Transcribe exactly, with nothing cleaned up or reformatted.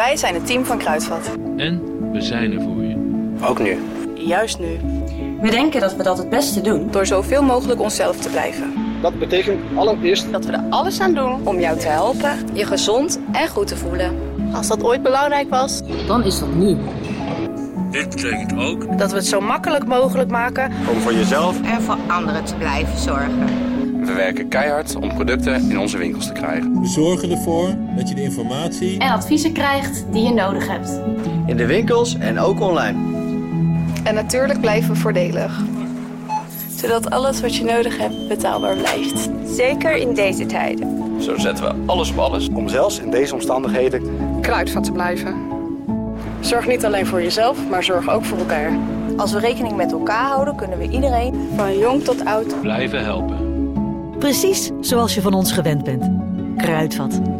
Wij zijn het team van Kruidvat. En we zijn er voor je. Ook nu. Juist nu. We denken dat we dat het beste doen Door zoveel mogelijk onszelf te blijven. Dat betekent allereerst Dat we er alles aan doen om jou te helpen je gezond en goed te voelen. Als dat ooit belangrijk was, Dan is dat nu. Dit betekent ook dat we het zo makkelijk mogelijk maken om voor jezelf. En voor anderen te blijven zorgen. We werken keihard om producten in onze winkels te krijgen. We zorgen ervoor dat je de informatie en adviezen krijgt die je nodig hebt. In de winkels en ook online. En natuurlijk blijven we voordelig. Zodat alles wat je nodig hebt betaalbaar blijft. Zeker in deze tijden. Zo zetten we alles op alles. Om zelfs in deze omstandigheden Kruidvat te blijven. Zorg niet alleen voor jezelf, maar zorg ook voor elkaar. Als we rekening met elkaar houden, kunnen we iedereen, Van jong tot oud. blijven helpen. Precies zoals je van ons gewend bent. Kruidvat.